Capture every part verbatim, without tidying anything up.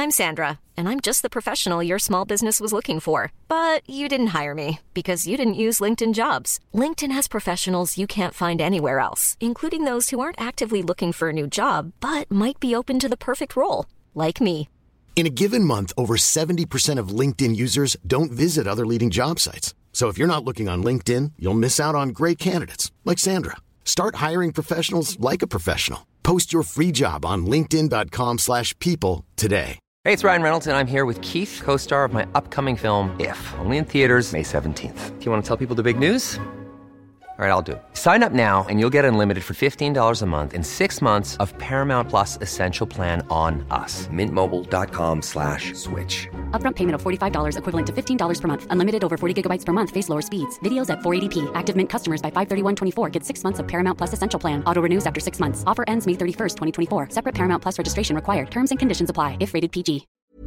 I'm Sandra, and I'm just the professional your small business was looking for. But you didn't hire me because you didn't use LinkedIn Jobs. LinkedIn has professionals you can't find anywhere else, including those who aren't actively looking for a new job, but might be open to the perfect role, like me. In a given month, over seventy percent of LinkedIn users don't visit other leading job sites. So if you're not looking on LinkedIn, you'll miss out on great candidates like Sandra. Start hiring professionals like a professional. Post your free job on linkedin dot com slash people today. Hey, it's Ryan Reynolds, and I'm here with Keith, co-star of my upcoming film, If, only in theaters May seventeenth. Do you want to tell people the big news? All right, I'll do it. Sign up now and you'll get unlimited for fifteen dollars a month and six months of Paramount Plus Essential Plan on us. Mint Mobile dot com slash switch. Upfront payment of forty-five dollars equivalent to fifteen dollars per month. Unlimited over forty gigabytes per month. Face lower speeds. Videos at four eighty p. Active Mint customers by five thirty-one twenty-four get six months of Paramount Plus Essential Plan. Auto renews after six months. Offer ends May thirty-first, twenty twenty-four. Separate Paramount Plus registration required. Terms and conditions apply if rated P G.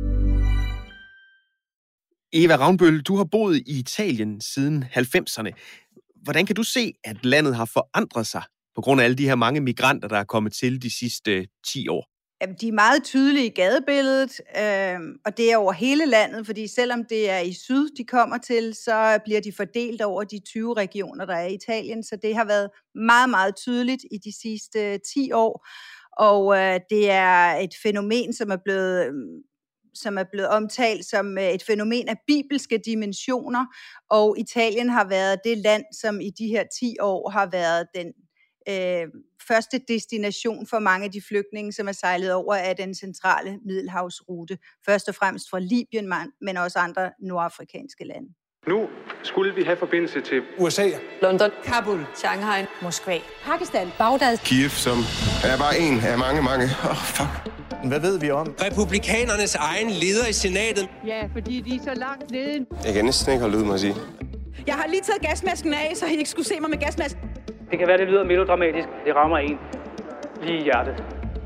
Eva Ravnbøl, du har boet i Italien siden halvfemserne. Hvordan kan du se, at landet har forandret sig på grund af alle de her mange migranter, der er kommet til de sidste ti år? Jamen, de er meget tydelige i gadebilledet, øh, og det er over hele landet, fordi selvom det er i syd, de kommer til, så bliver de fordelt over de tyve regioner, der er i Italien. Så det har været meget, meget tydeligt i de sidste ti år, og øh, det er et fænomen, som er blevet... som er blevet omtalt som et fænomen af bibelske dimensioner, og Italien har været det land, som i de her ti år har været den øh, første destination for mange af de flygtninge, som er sejlet over af den centrale middelhavsrute, først og fremmest fra Libyen, men også andre nordafrikanske lande. Nu skulle vi have forbindelse til U S A, London, Kabul, Shanghai, Moskva, Pakistan, Bagdad, Kiev, som er bare en af mange, mange. Åh, oh, fuck. Hvad ved vi om? Republikanernes egen leder i senatet. Ja, fordi de er så langt nede. Jeg kan næsten ikke holde ud, må jeg sige. Jeg har lige taget gasmasken af, så I ikke skulle se mig med gasmasken. Det kan være, det lyder melodramatisk. Det rammer en lige i hjertet.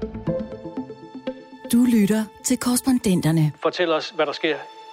Du lytter til Korrespondenterne. Fortæl os, hvad der sker.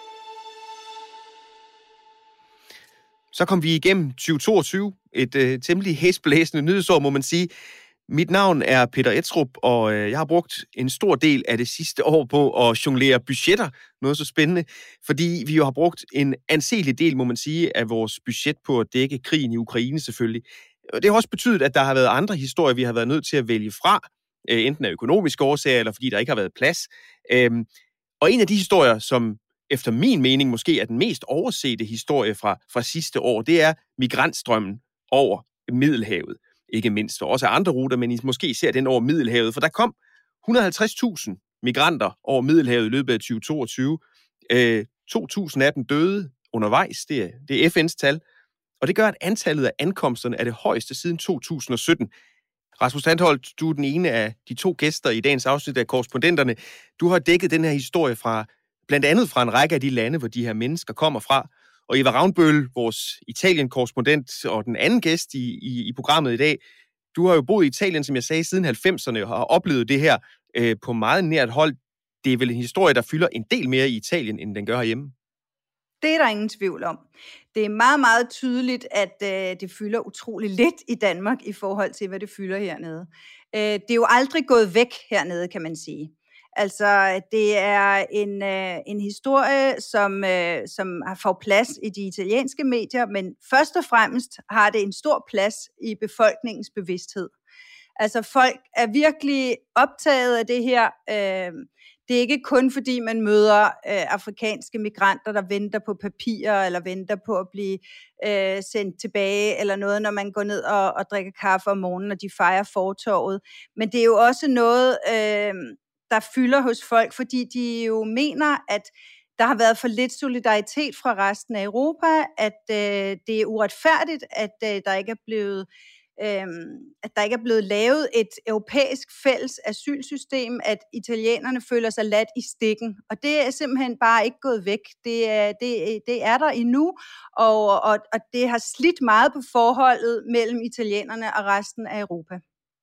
Så kom vi igennem tyve toogtyve, et øh, temmelig hæsblæsende nyhedsår, må man sige. Mit navn er Peter Etzrup, og øh, jeg har brugt en stor del af det sidste år på at jonglere budgetter, noget så spændende, fordi vi jo har brugt en anselig del, må man sige, af vores budget på at dække krigen i Ukraine selvfølgelig. Og det har også betydet, at der har været andre historier, vi har været nødt til at vælge fra, øh, enten af økonomiske årsager, eller fordi der ikke har været plads. Øhm, og en af de historier, som efter min mening måske er den mest oversete historie fra, fra sidste år, det er migrantstrømmen over Middelhavet. Ikke mindst, og også andre ruter, men I måske ser den over Middelhavet, for der kom et hundrede og halvtreds tusind migranter over Middelhavet i løbet af tyve toogtyve. Øh, to tusind af dem døde undervejs, det er, det er F N's tal, og det gør, at antallet af ankomsterne er det højeste siden to tusind og sytten. Rasmus Tandholt, du er den ene af de to gæster i dagens afsnit af Korrespondenterne. Du har dækket den her historie fra, blandt andet fra en række af de lande, hvor de her mennesker kommer fra. Og Eva Ravnbøl, vores Italien-korrespondent og den anden gæst i, i, i programmet i dag, du har jo boet i Italien, som jeg sagde, siden halvfemserne og har oplevet det her øh, på meget nært hold. Det er vel en historie, der fylder en del mere i Italien, end den gør herhjemme? Det er der ingen tvivl om. Det er meget, meget tydeligt, at øh, det fylder utrolig lidt i Danmark i forhold til, hvad det fylder hernede. Øh, det er jo aldrig gået væk hernede, kan man sige. Altså, det er en, øh, en historie, som, øh, som har fået plads i de italienske medier, men først og fremmest har det en stor plads i befolkningens bevidsthed. Altså, folk er virkelig optaget af det her. Øh, det er ikke kun fordi, man møder øh, afrikanske migranter, der venter på papirer, eller venter på at blive øh, sendt tilbage, eller noget, når man går ned og, og drikker kaffe om morgenen, og de fejrer fortorvet. Men det er jo også noget... Øh, der fylder hos folk, fordi de jo mener, at der har været for lidt solidaritet fra resten af Europa, at øh, det er uretfærdigt, at øh, der ikke er blevet øh, at der ikke er blevet lavet et europæisk fælles asylsystem, at italienerne føler sig ladt i stikken. Og det er simpelthen bare ikke gået væk. Det er, det, det er der endnu, og, og, og det har slidt meget på forholdet mellem italienerne og resten af Europa.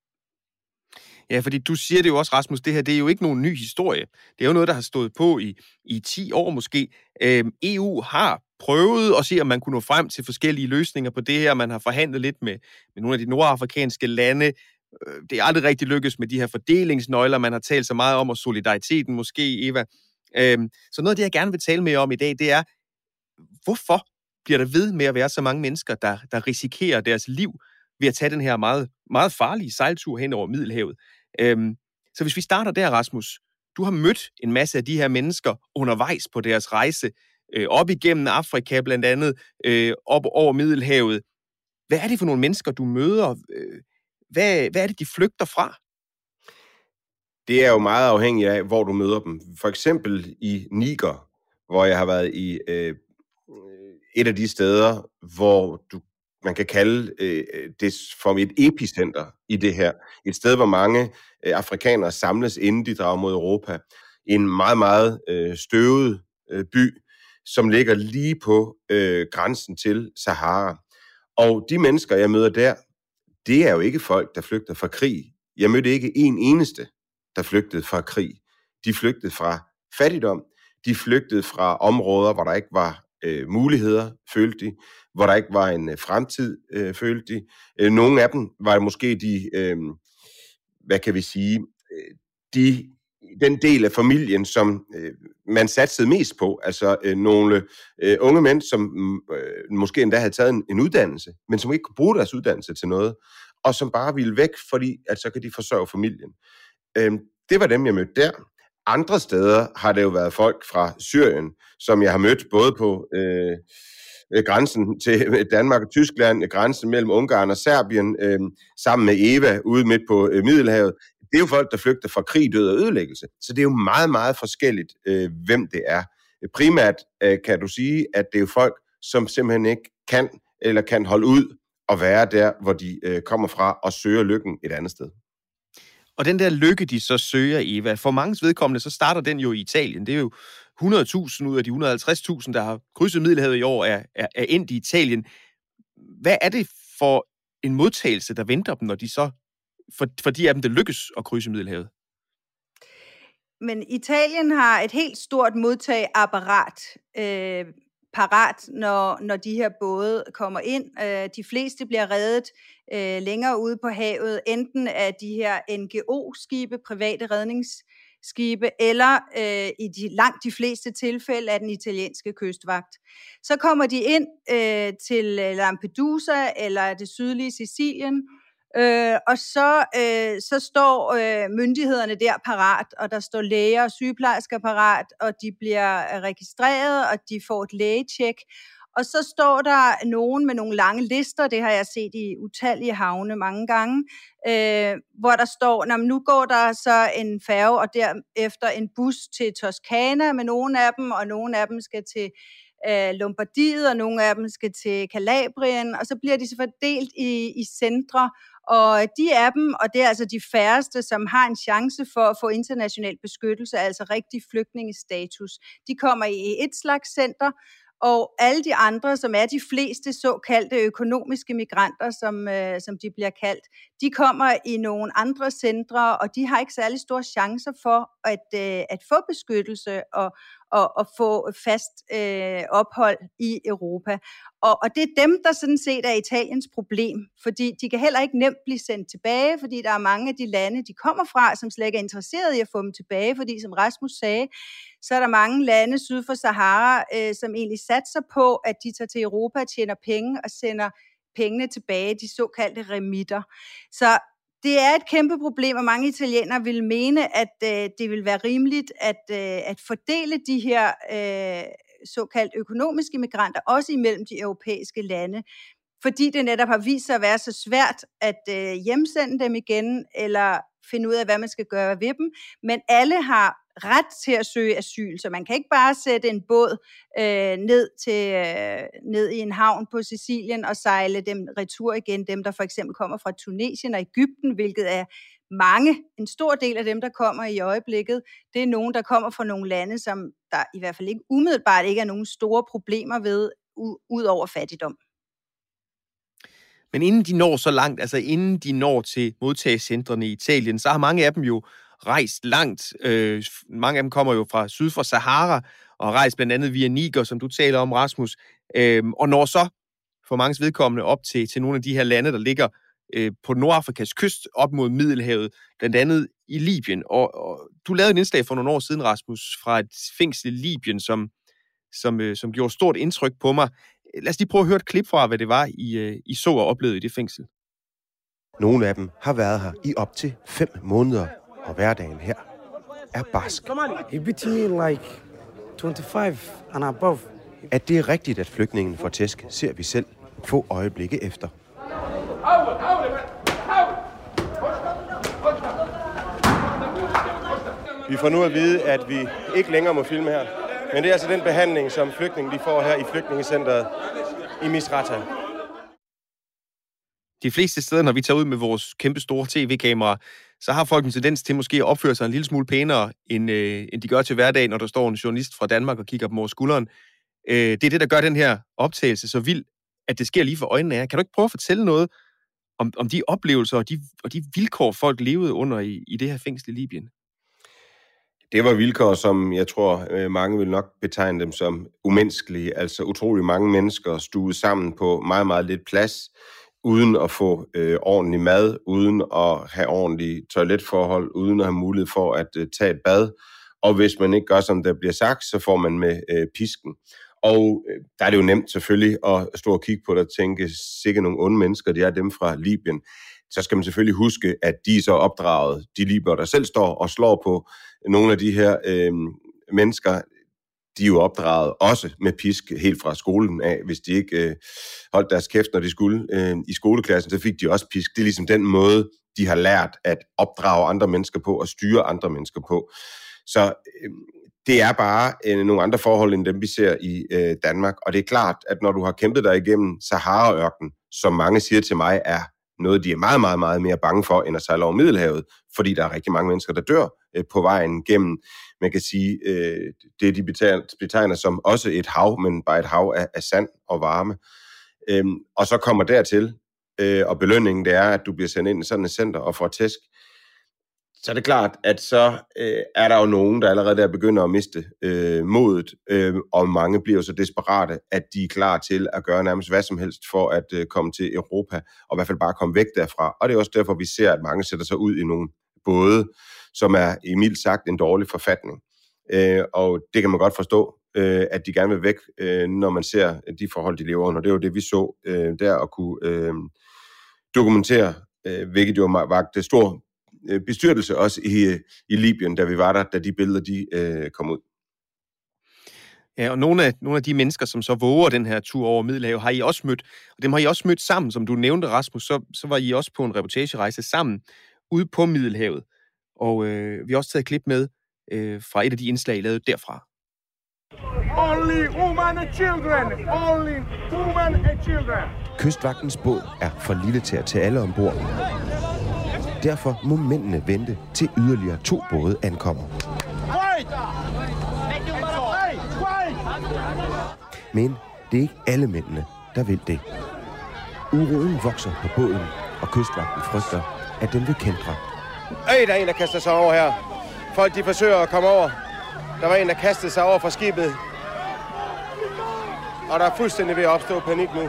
Ja, fordi du siger det jo også, Rasmus, det her, det er jo ikke nogen ny historie. Det er jo noget, der har stået på i, i ti år måske. Øhm, E U har prøvet at se, om man kunne nå frem til forskellige løsninger på det her. Man har forhandlet lidt med, med nogle af de nordafrikanske lande. Det er aldrig rigtig lykkedes med de her fordelingsnøgler. Man har talt så meget om, og solidariteten måske, Eva. Øhm, så noget af det, jeg gerne vil tale med om i dag, det er, hvorfor bliver der ved med at være så mange mennesker, der, der risikerer deres liv ved at tage den her meget, meget farlige sejltur hen over Middelhavet. Øhm, så hvis vi starter der, Rasmus, du har mødt en masse af de her mennesker undervejs på deres rejse, øh, op igennem Afrika blandt andet, øh, op over Middelhavet. Hvad er det for nogle mennesker, du møder? Hvad, hvad er det, de flygter fra? Det er jo meget afhængigt af, hvor du møder dem. For eksempel i Niger, hvor jeg har været i øh, et af de steder, hvor du, man kan kalde øh, det for et epicenter i det her. Et sted, hvor mange øh, afrikanere samles, inden de drager mod Europa. En meget, meget øh, støvet øh, by, som ligger lige på øh, grænsen til Sahara. Og de mennesker, jeg møder der, det er jo ikke folk, der flygter fra krig. Jeg mødte ikke en eneste, der flygtede fra krig. De flygtede fra fattigdom. De flygtede fra områder, hvor der ikke var øh, muligheder, følte de. Hvor der ikke var en øh, fremtid, øh, følte de. Øh, nogle af dem var måske de, øh, hvad kan vi sige, øh, de, den del af familien, som øh, man satsede mest på. Altså øh, nogle øh, unge mænd, som øh, måske endda havde taget en, en uddannelse, men som ikke kunne bruge deres uddannelse til noget, og som bare ville væk, fordi at så kan de forsørge familien. Øh, det var dem, jeg mødte der. Andre steder har det jo været folk fra Syrien, som jeg har mødt både på øh, grænsen til Danmark og Tyskland, grænsen mellem Ungarn og Serbien, øh, sammen med Eva ude midt på øh, Middelhavet. Det er jo folk, der flygter fra krig, død og ødelæggelse. Så det er jo meget, meget forskelligt, øh, hvem det er. Primært øh, kan du sige, at det er jo folk, som simpelthen ikke kan eller kan holde ud og være der, hvor de øh, kommer fra og søger lykken et andet sted. Og den der lykke, de så søger, Eva, for manges vedkommende, så starter den jo i Italien. Det er jo hundrede tusind ud af de et hundrede og halvtreds tusind, der har krydset Middelhavet i år, er, er, er endt i Italien. Hvad er det for en modtagelse, der venter dem, når de så, for, for de af dem, det lykkes at krydse Middelhavet? Men Italien har et helt stort modtageapparat øh, parat, når, når de her både kommer ind. Øh, de fleste bliver reddet øh, længere ude på havet, enten af de her N G O-skibe, private redningsskibe, eller øh, i de langt de fleste tilfælde af den italienske kystvagt. Så kommer de ind øh, til Lampedusa eller det sydlige Sicilien, Øh, og så, øh, så står øh, myndighederne der parat, og der står læger og sygeplejersker parat, og de bliver registreret, og de får et lægetjek. Og så står der nogen med nogle lange lister, det har jeg set i utallige havne mange gange, øh, hvor der står, nu går der så en færge, og derefter en bus til Toskana med nogle af dem, og nogle af dem skal til øh, Lombardiet, og nogle af dem skal til Calabrien, og så bliver de så fordelt i, i centre. Og de af dem, og det er altså de færreste, som har en chance for at få international beskyttelse, altså rigtig flygtningestatus, de kommer i et slags center, og alle de andre, som er de fleste såkaldte økonomiske migranter, som, øh, som de bliver kaldt, de kommer i nogle andre centre, og de har ikke særlig store chancer for at, øh, at få beskyttelse og, og, og få fast øh, ophold i Europa. Og, og det er dem, der sådan set er Italiens problem, fordi de kan heller ikke nemt blive sendt tilbage, fordi der er mange af de lande, de kommer fra, som slet ikke er interesseret i at få dem tilbage, fordi som Rasmus sagde, så er der mange lande syd for Sahara, øh, som egentlig satser på, at de tager til Europa og tjener penge og sender pengene tilbage, de såkaldte remitter. Så det er et kæmpe problem, og mange italienere vil mene, at øh, det vil være rimeligt at, øh, at fordele de her øh, såkaldt økonomiske migranter, også imellem de europæiske lande, fordi det netop har vist sig at være så svært at øh, hjemsende dem igen, eller finde ud af, hvad man skal gøre ved dem. Men alle har ret til at søge asyl, så man kan ikke bare sætte en båd øh, ned, til, øh, ned i en havn på Sicilien og sejle dem retur igen, dem der for eksempel kommer fra Tunesien og Egypten, hvilket er mange, en stor del af dem, der kommer i øjeblikket, det er nogen, der kommer fra nogle lande, som der i hvert fald ikke umiddelbart ikke er nogen store problemer ved, u- ud over fattigdom. Men inden de når så langt, altså inden de når til modtagecentrene i Italien, så har mange af dem jo rejst langt. Øh, mange af dem kommer jo fra syd for Sahara og har rejst blandt andet via Niger, som du taler om, Rasmus, øh, og når så for manges vedkommende op til, til nogle af de her lande, der ligger øh, på Nordafrikas kyst op mod Middelhavet, blandt andet i Libyen, og, og du lavede en indslag for nogle år siden, Rasmus, fra et fængsel i Libyen, som, som, øh, som gjorde stort indtryk på mig. Lad os lige prøve at høre et klip fra, hvad det var, I, øh, I så og oplevede i det fængsel. Nogle af dem har været her i op til fem måneder, og hverdagen her er barsk. He beat me like twenty-five and above. At det er rigtigt, at flygtningen får tæsk, ser vi selv få øjeblikke efter. Vi får nu at vide, at vi ikke længere må filme her. Men det er altså den behandling, som flygtningen de får her i flygtningecenteret i Misrata. De fleste steder, når vi tager ud med vores kæmpe store tv-kamera, så har folk en tendens til måske at opføre sig en lille smule pænere, end, øh, end de gør til hverdag, når der står en journalist fra Danmark og kigger dem over skulderen. Øh, det er det, der gør den her optagelse så vild, at det sker lige for øjnene af. Kan du ikke prøve at fortælle noget om, om de oplevelser og de, og de vilkår, folk levede under i, i det her fængsel i Libyen? Det var vilkår, som jeg tror, mange vil nok betegne dem som umenneskelige. Altså utrolig mange mennesker stuet sammen på meget, meget lidt plads, uden at få øh, ordentlig mad, uden at have ordentlige toiletforhold, uden at have mulighed for at øh, tage et bad. Og hvis man ikke gør, som der bliver sagt, så får man med øh, pisken. Og øh, der er det jo nemt selvfølgelig at stå og kigge på det og tænke, sikke nogle onde mennesker, de er dem fra Libyen. Så skal man selvfølgelig huske, at de er så opdraget, de libyere, der selv står og slår på nogle af de her øh, mennesker, de er jo opdraget også med pisk helt fra skolen af. Hvis de ikke øh, holdt deres kæft, når de skulle øh, i skoleklassen, så fik de også pisk. Det er ligesom den måde, de har lært at opdrage andre mennesker på og styre andre mennesker på. Så øh, det er bare øh, nogle andre forhold, end dem vi ser i øh, Danmark. Og det er klart, at når du har kæmpet dig igennem Sahara-ørkenen, som mange siger til mig, er noget, de er meget, meget, meget mere bange for, end at sejle over Middelhavet, fordi der er rigtig mange mennesker, der dør øh, på vejen gennem, man kan sige, øh, det de betegner som også et hav, men bare et hav af, af sand og varme. Øhm, og så kommer dertil, øh, og belønningen det er, at du bliver sendt ind i sådan et center og får tæsk. Så er det klart, at så øh, er der jo nogen, der allerede der begynder at miste øh, modet, øh, og mange bliver jo så desperate, at de er klar til at gøre nærmest hvad som helst for at øh, komme til Europa, og i hvert fald bare komme væk derfra. Og det er også derfor, vi ser, at mange sætter sig ud i nogle både, som er i mildt sagt en dårlig forfatning. Øh, og det kan man godt forstå, øh, at de gerne vil væk, øh, når man ser de forhold, de lever under. Det er jo det, vi så øh, der at kunne øh, dokumentere, øh, hvilket jo vagte stor bestyrtelse også i, i Libyen, da vi var der, da de billeder de øh, kom ud. Ja, og nogle af, nogle af de mennesker, som så våger den her tur over Middelhavet, har I også mødt, og dem har I også mødt sammen, som du nævnte, Rasmus, så, så var I også på en reportagerejse sammen ude på Middelhavet. Og øh, vi har også taget et klip med øh, fra et af de indslag, I lavede derfra. Only women and children! Only women and children! Kystvagtens båd er for lille til at tage alle ombord. Derfor må mændene vente til yderligere to både ankommer. Men det er ikke alle mændene, der vil det. Uroen vokser på båden, og kystvagten frygter, at den vil kæntre. Øj, der er en, der kaster sig over her. Folk, de forsøger at komme over. Der var en, der kastede sig over fra skibet. Og der er fuldstændig ved at opstå panik nu.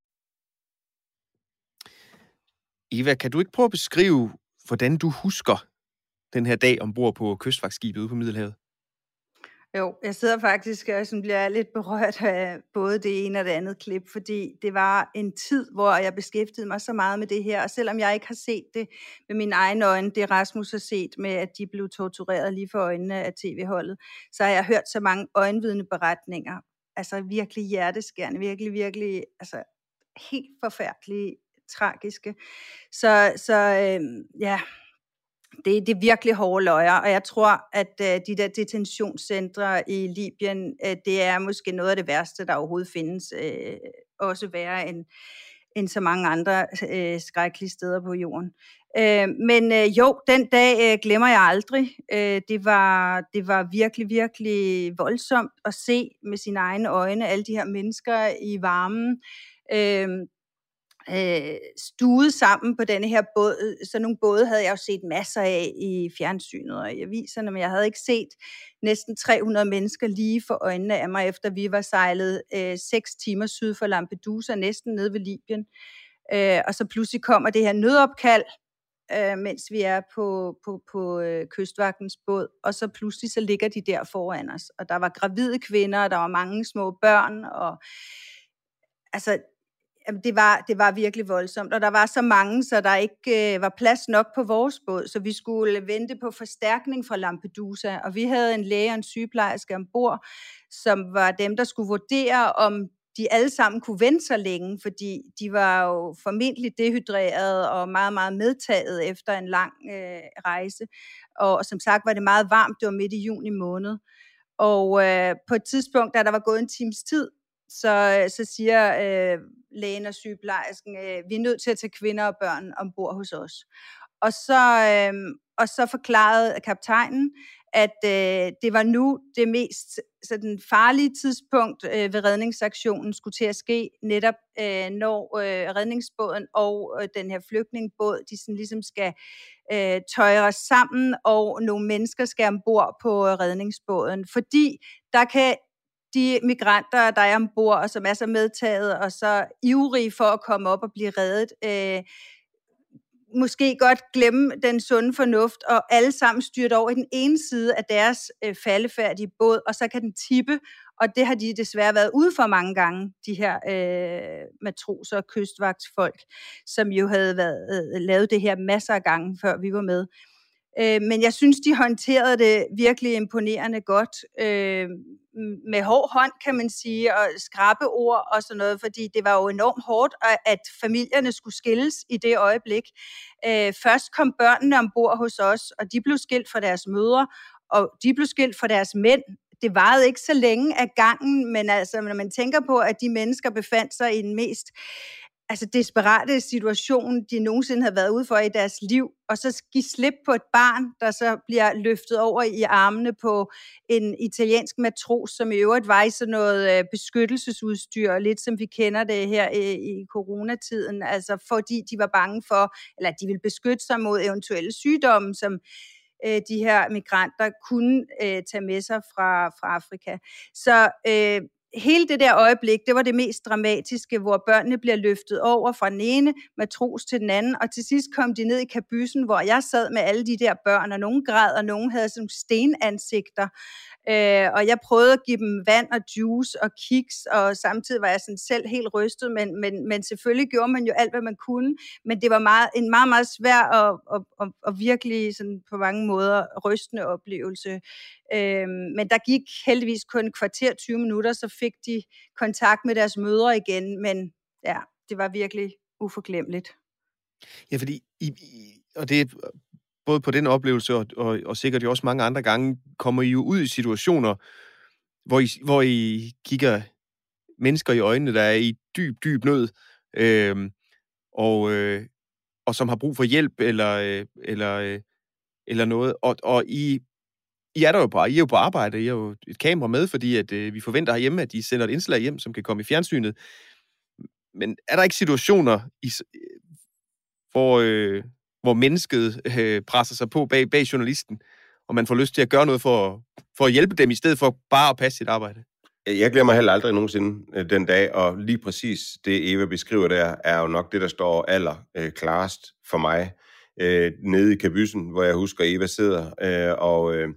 Eva, kan du ikke prøve at beskrive, hvordan du husker den her dag ombord på kystvagtskibet ude på Middelhavet? Jo, jeg sidder faktisk og sådan bliver lidt berørt af både det ene og det andet klip, fordi det var en tid, hvor jeg beskæftigede mig så meget med det her, og selvom jeg ikke har set det med mine egne øjne, det Rasmus har set med, at de blev tortureret lige for øjnene af tv-holdet, så har jeg hørt så mange øjenvidne beretninger, altså virkelig hjerteskærende, virkelig, virkelig, altså helt forfærdelige, tragiske. Så, så øh, ja, det, det er virkelig hårde løjer, og jeg tror, at øh, de der detentionscentre i Libyen, øh, det er måske noget af det værste, der overhovedet findes, øh, også værre end, end så mange andre øh, skrækkelige steder på jorden. Øh, men øh, jo, den dag øh, glemmer jeg aldrig. Øh, det, var, det var virkelig, virkelig voldsomt at se med sine egne øjne alle de her mennesker i varmen, øh, Øh, stuet sammen på denne her båd. Så nogle både havde jeg jo set masser af i fjernsynet og i aviserne, men jeg havde ikke set næsten tre hundrede mennesker lige for øjnene af mig, efter vi var sejlet øh, seks timer syd for Lampedusa, næsten nede ved Libyen. Øh, og så pludselig kommer det her nødopkald, øh, mens vi er på, på, på øh, kystvagtens båd, og så pludselig så ligger de der foran os. Og der var gravide kvinder, og der var mange små børn, og altså, det var, det var virkelig voldsomt. Og der var så mange, så der ikke øh, var plads nok på vores båd, så vi skulle vente på forstærkning fra Lampedusa, og vi havde en læge og en sygeplejerske ombord, som var dem, der skulle vurdere, om de alle sammen kunne vente så længe, fordi de var jo formentlig dehydreret og meget, meget medtaget efter en lang øh, rejse. Og, og som sagt var det meget varmt, det var midt i juni måned. Og øh, på et tidspunkt, da der var gået en times tid, så, så siger øh, lægen og sygeplejersken, øh, vi er nødt til at tage kvinder og børn ombord hos os. Og så, øh, og så forklarede kaptajnen, at øh, det var nu det mest sådan, farlige tidspunkt øh, ved redningsaktionen skulle til at ske, netop øh, når øh, redningsbåden og øh, den her flygtningebåd, de sådan ligesom skal øh, tøjres sammen, og nogle mennesker skal ombord på øh, redningsbåden, fordi der kan de migranter, der er ombord, og som er så medtaget og så ivrige for at komme op og blive reddet, øh, måske godt glemme den sunde fornuft, og alle sammen styrt over i den ene side af deres øh, faldefærdige båd, og så kan den tippe, og det har de desværre været ude for mange gange, de her øh, matroser og kystvagtsfolk, som jo havde været, øh, lavet det her masser af gange, før vi var med. Øh, men jeg synes, de håndterede det virkelig imponerende godt, øh, med hård hånd, kan man sige, og skrappe ord og sådan noget, fordi det var jo enormt hårdt, at familierne skulle skilles i det øjeblik. Øh, først kom børnene ombord hos os, og de blev skilt fra deres mødre, og de blev skilt fra deres mænd. Det varede ikke så længe af gangen, men altså, når man tænker på, at de mennesker befandt sig i den mest altså desperate situation, de nogensinde havde været ude for i deres liv, og så give slip på et barn, der så bliver løftet over i armene på en italiensk matros, som i øvrigt var i sådan noget beskyttelsesudstyr, lidt som vi kender det her i, i coronatiden, altså fordi de var bange for, eller de ville beskytte sig mod eventuelle sygdomme, som øh, de her migranter kunne øh, tage med sig fra, fra Afrika. Så øh, hele det der øjeblik, det var det mest dramatiske, hvor børnene bliver løftet over fra den ene matros til den anden, og til sidst kom de ned i kabyssen, hvor jeg sad med alle de der børn, og nogen græd, og nogen havde sådan stenansigter, øh, og jeg prøvede at give dem vand og juice og kiks, og samtidig var jeg sådan selv helt rystet, men, men, men selvfølgelig gjorde man jo alt, hvad man kunne, men det var meget, en meget, meget svær og, og, og, og virkelig sådan på mange måder rystende oplevelse. Øhm, men der gik heldigvis kun kvarter tyve minutter, så fik de kontakt med deres mødre igen, men ja, det var virkelig uforglemmeligt. Ja, fordi, I, I, og det er både på den oplevelse, og, og, og sikkert jo også mange andre gange, kommer I jo ud i situationer, hvor I, hvor I kigger mennesker i øjnene, der er i dyb, dyb nød, øhm, og, øh, og som har brug for hjælp, eller, øh, eller, øh, eller noget, og, og I I er der jo på, I er jo på arbejde, I har jo et kamera med, fordi at, øh, vi forventer herhjemme, at de sender et indslag hjem, som kan komme i fjernsynet. Men er der ikke situationer, i, hvor, øh, hvor mennesket øh, presser sig på bag, bag journalisten, og man får lyst til at gøre noget for, for at hjælpe dem, i stedet for bare at passe sit arbejde? Jeg glemmer heller aldrig nogensinde den dag, og lige præcis det, Eva beskriver der, er jo nok det, der står aller øh, klarest for mig, øh, nede i kabyssen, hvor jeg husker, Eva sidder, øh, og øh,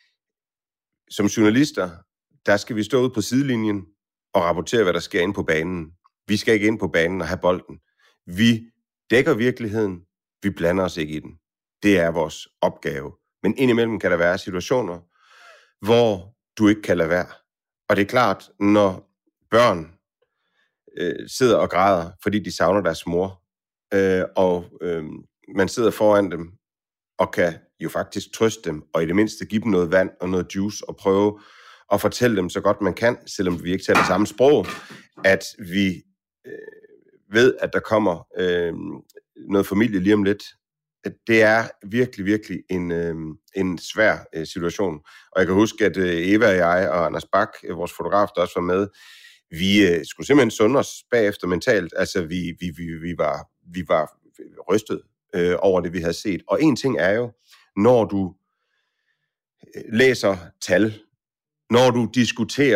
som journalister, der skal vi stå ude på sidelinjen og rapportere, hvad der sker inde på banen. Vi skal ikke ind på banen og have bolden. Vi dækker virkeligheden, vi blander os ikke i den. Det er vores opgave. Men indimellem kan der være situationer, hvor du ikke kan lade være. Og det er klart, når børn øh, sidder og græder, fordi de savner deres mor, øh, og øh, man sidder foran dem og kan jo faktisk trøste dem, og i det mindste give dem noget vand og noget juice, og prøve at fortælle dem så godt man kan, selvom vi ikke taler samme sprog, at vi øh, ved, at der kommer øh, noget familie lige om lidt. Det er virkelig, virkelig en, øh, en svær øh, situation. Og jeg kan huske, at øh, Eva og jeg og Anders Bak, øh, vores fotograf, der også var med, vi øh, skulle simpelthen sunde os bagefter mentalt. Altså, vi, vi, vi, vi, var, vi var rystet øh, over det, vi havde set. Og en ting er jo, når du læser tal, når du diskuterer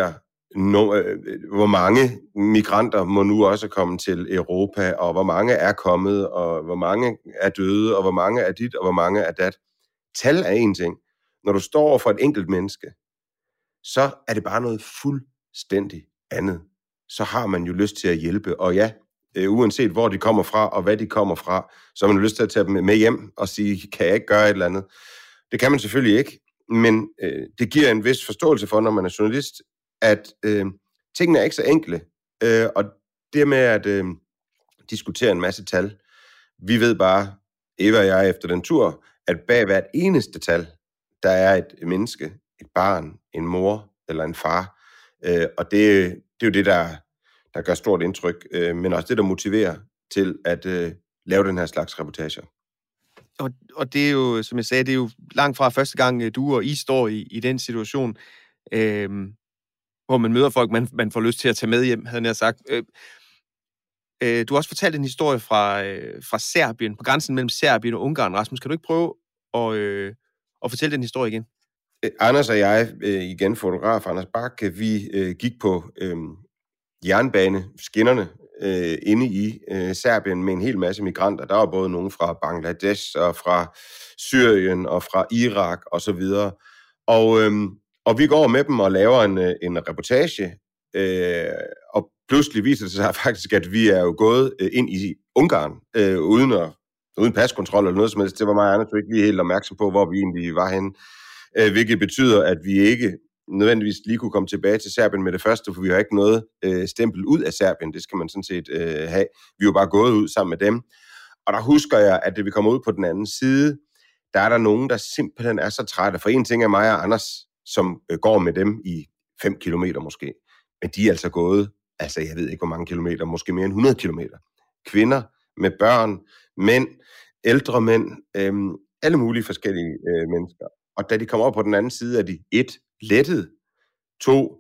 no, øh, hvor mange migranter må nu også komme til Europa, og hvor mange er kommet, og hvor mange er døde, og hvor mange er dit, og hvor mange er dat. Tal er en ting. Når du står over for et enkelt menneske, så er det bare noget fuldstændig andet. Så har man jo lyst til at hjælpe, og ja, øh, uanset hvor de kommer fra, og hvad de kommer fra, så har man jo lyst til at tage dem med hjem og sige, kan jeg ikke gøre et eller andet? Det kan man selvfølgelig ikke, men øh, det giver en vis forståelse for, når man er journalist, at øh, tingene er ikke så enkle, øh, og det med at øh, diskutere en masse tal, vi ved bare, Eva og jeg efter den tur, at bag hvert eneste tal, der er et menneske, et barn, en mor eller en far, øh, og det, det er jo det, der, der gør stort indtryk, øh, men også det, der motiverer til at øh, lave den her slags reportager. Og, og det er jo, som jeg sagde, det er jo langt fra første gang, du og I står i, i den situation, øh, hvor man møder folk, man, man får lyst til at tage med hjem, havde jeg sagt. Øh, øh, du har også fortalt en historie fra, øh, fra Serbien, på grænsen mellem Serbien og Ungarn. Rasmus, kan du ikke prøve at, øh, at fortælle den historie igen? Øh, Anders og jeg, øh, igen fotograf Anders Bakke, vi øh, gik på øh, jernbaneskinnerne øh, inde i øh, Serbien med en hel masse migranter. Der var både nogen fra Bangladesh og fra Syrien og fra Irak og så videre. Og, øh, og vi går med dem og laver en, en reportage, øh, og pludselig viser det sig faktisk, at vi er jo gået øh, ind i Ungarn øh, uden, at, uden paskontrol eller noget som helst. Det var mig og Anders ikke lige helt opmærksom på, hvor vi egentlig var henne. Øh, hvilket betyder, at vi ikke nødvendigvis lige kunne komme tilbage til Serbien med det første, for vi har ikke noget øh, stempel ud af Serbien. Det skal man sådan set øh, have. Vi er jo bare gået ud sammen med dem. Og der husker jeg, at da vi kommer ud på den anden side, der er der nogen, der simpelthen er så trætte. For en ting er mig og Anders, som øh, går med dem i fem kilometer måske. Men de er altså gået, altså jeg ved ikke hvor mange kilometer, måske mere end hundrede kilometer. Kvinder med børn, mænd, ældre mænd, øh, alle mulige forskellige øh, mennesker. Og da de kommer op på den anden side, er de et, lettet, to,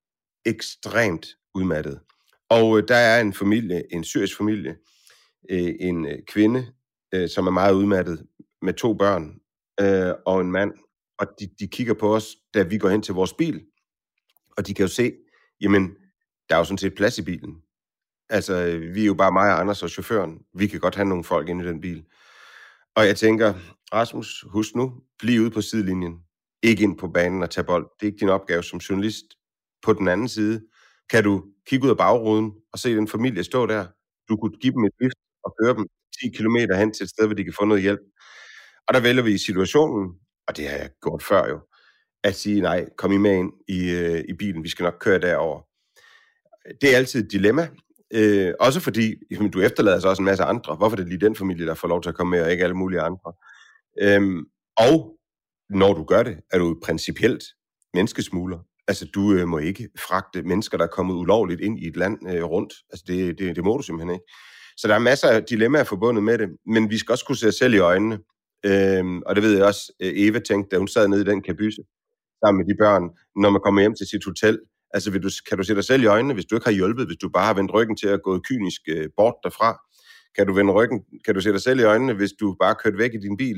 ekstremt udmattet. Og øh, der er en familie, en syrisk familie, øh, en øh, kvinde, øh, som er meget udmattet, med to børn øh, og en mand. Og de, de kigger på os, da vi går hen til vores bil. Og de kan jo se, jamen, der er jo sådan set plads i bilen. Altså, vi er jo bare mig og Anders og chaufføren. Vi kan godt have nogle folk inde i den bil. Og jeg tænker, Rasmus, husk nu, bliv ude på sidelinjen. Ikke ind på banen og tage bold. Det er ikke din opgave som journalist. På den anden side kan du kigge ud af bagruden og se den familie stå der. Du kunne give dem et lift og køre dem ti kilometer hen til et sted, hvor de kan få noget hjælp. Og der vælger vi i situationen, og det har jeg gjort før jo, at sige, nej, kom I med ind i, øh, i bilen, vi skal nok køre derover. Det er altid et dilemma. Øh, også fordi, jamen, du efterlader så også en masse andre. Hvorfor er det lige den familie, der får lov til at komme med, og ikke alle mulige andre? Øhm, og når du gør det, er du principielt menneskesmugler. Altså, du øh, må ikke fragte mennesker, der er kommet ulovligt ind i et land øh, rundt. Altså, det, det, det må du simpelthen ikke. Så der er masser af dilemmaer forbundet med det, men vi skal også kunne se os selv i øjnene. Øhm, og det ved jeg også, Eva tænkte, da hun sad nede i den kabyse sammen med de børn, når man kommer hjem til sit hotel. Altså, vil du, kan du se dig selv i øjnene, hvis du ikke har hjulpet, hvis du bare har vendt ryggen til at gå kynisk øh, bort derfra? Kan du vende ryggen, kan du se dig selv i øjnene, hvis du bare kørt væk i din bil?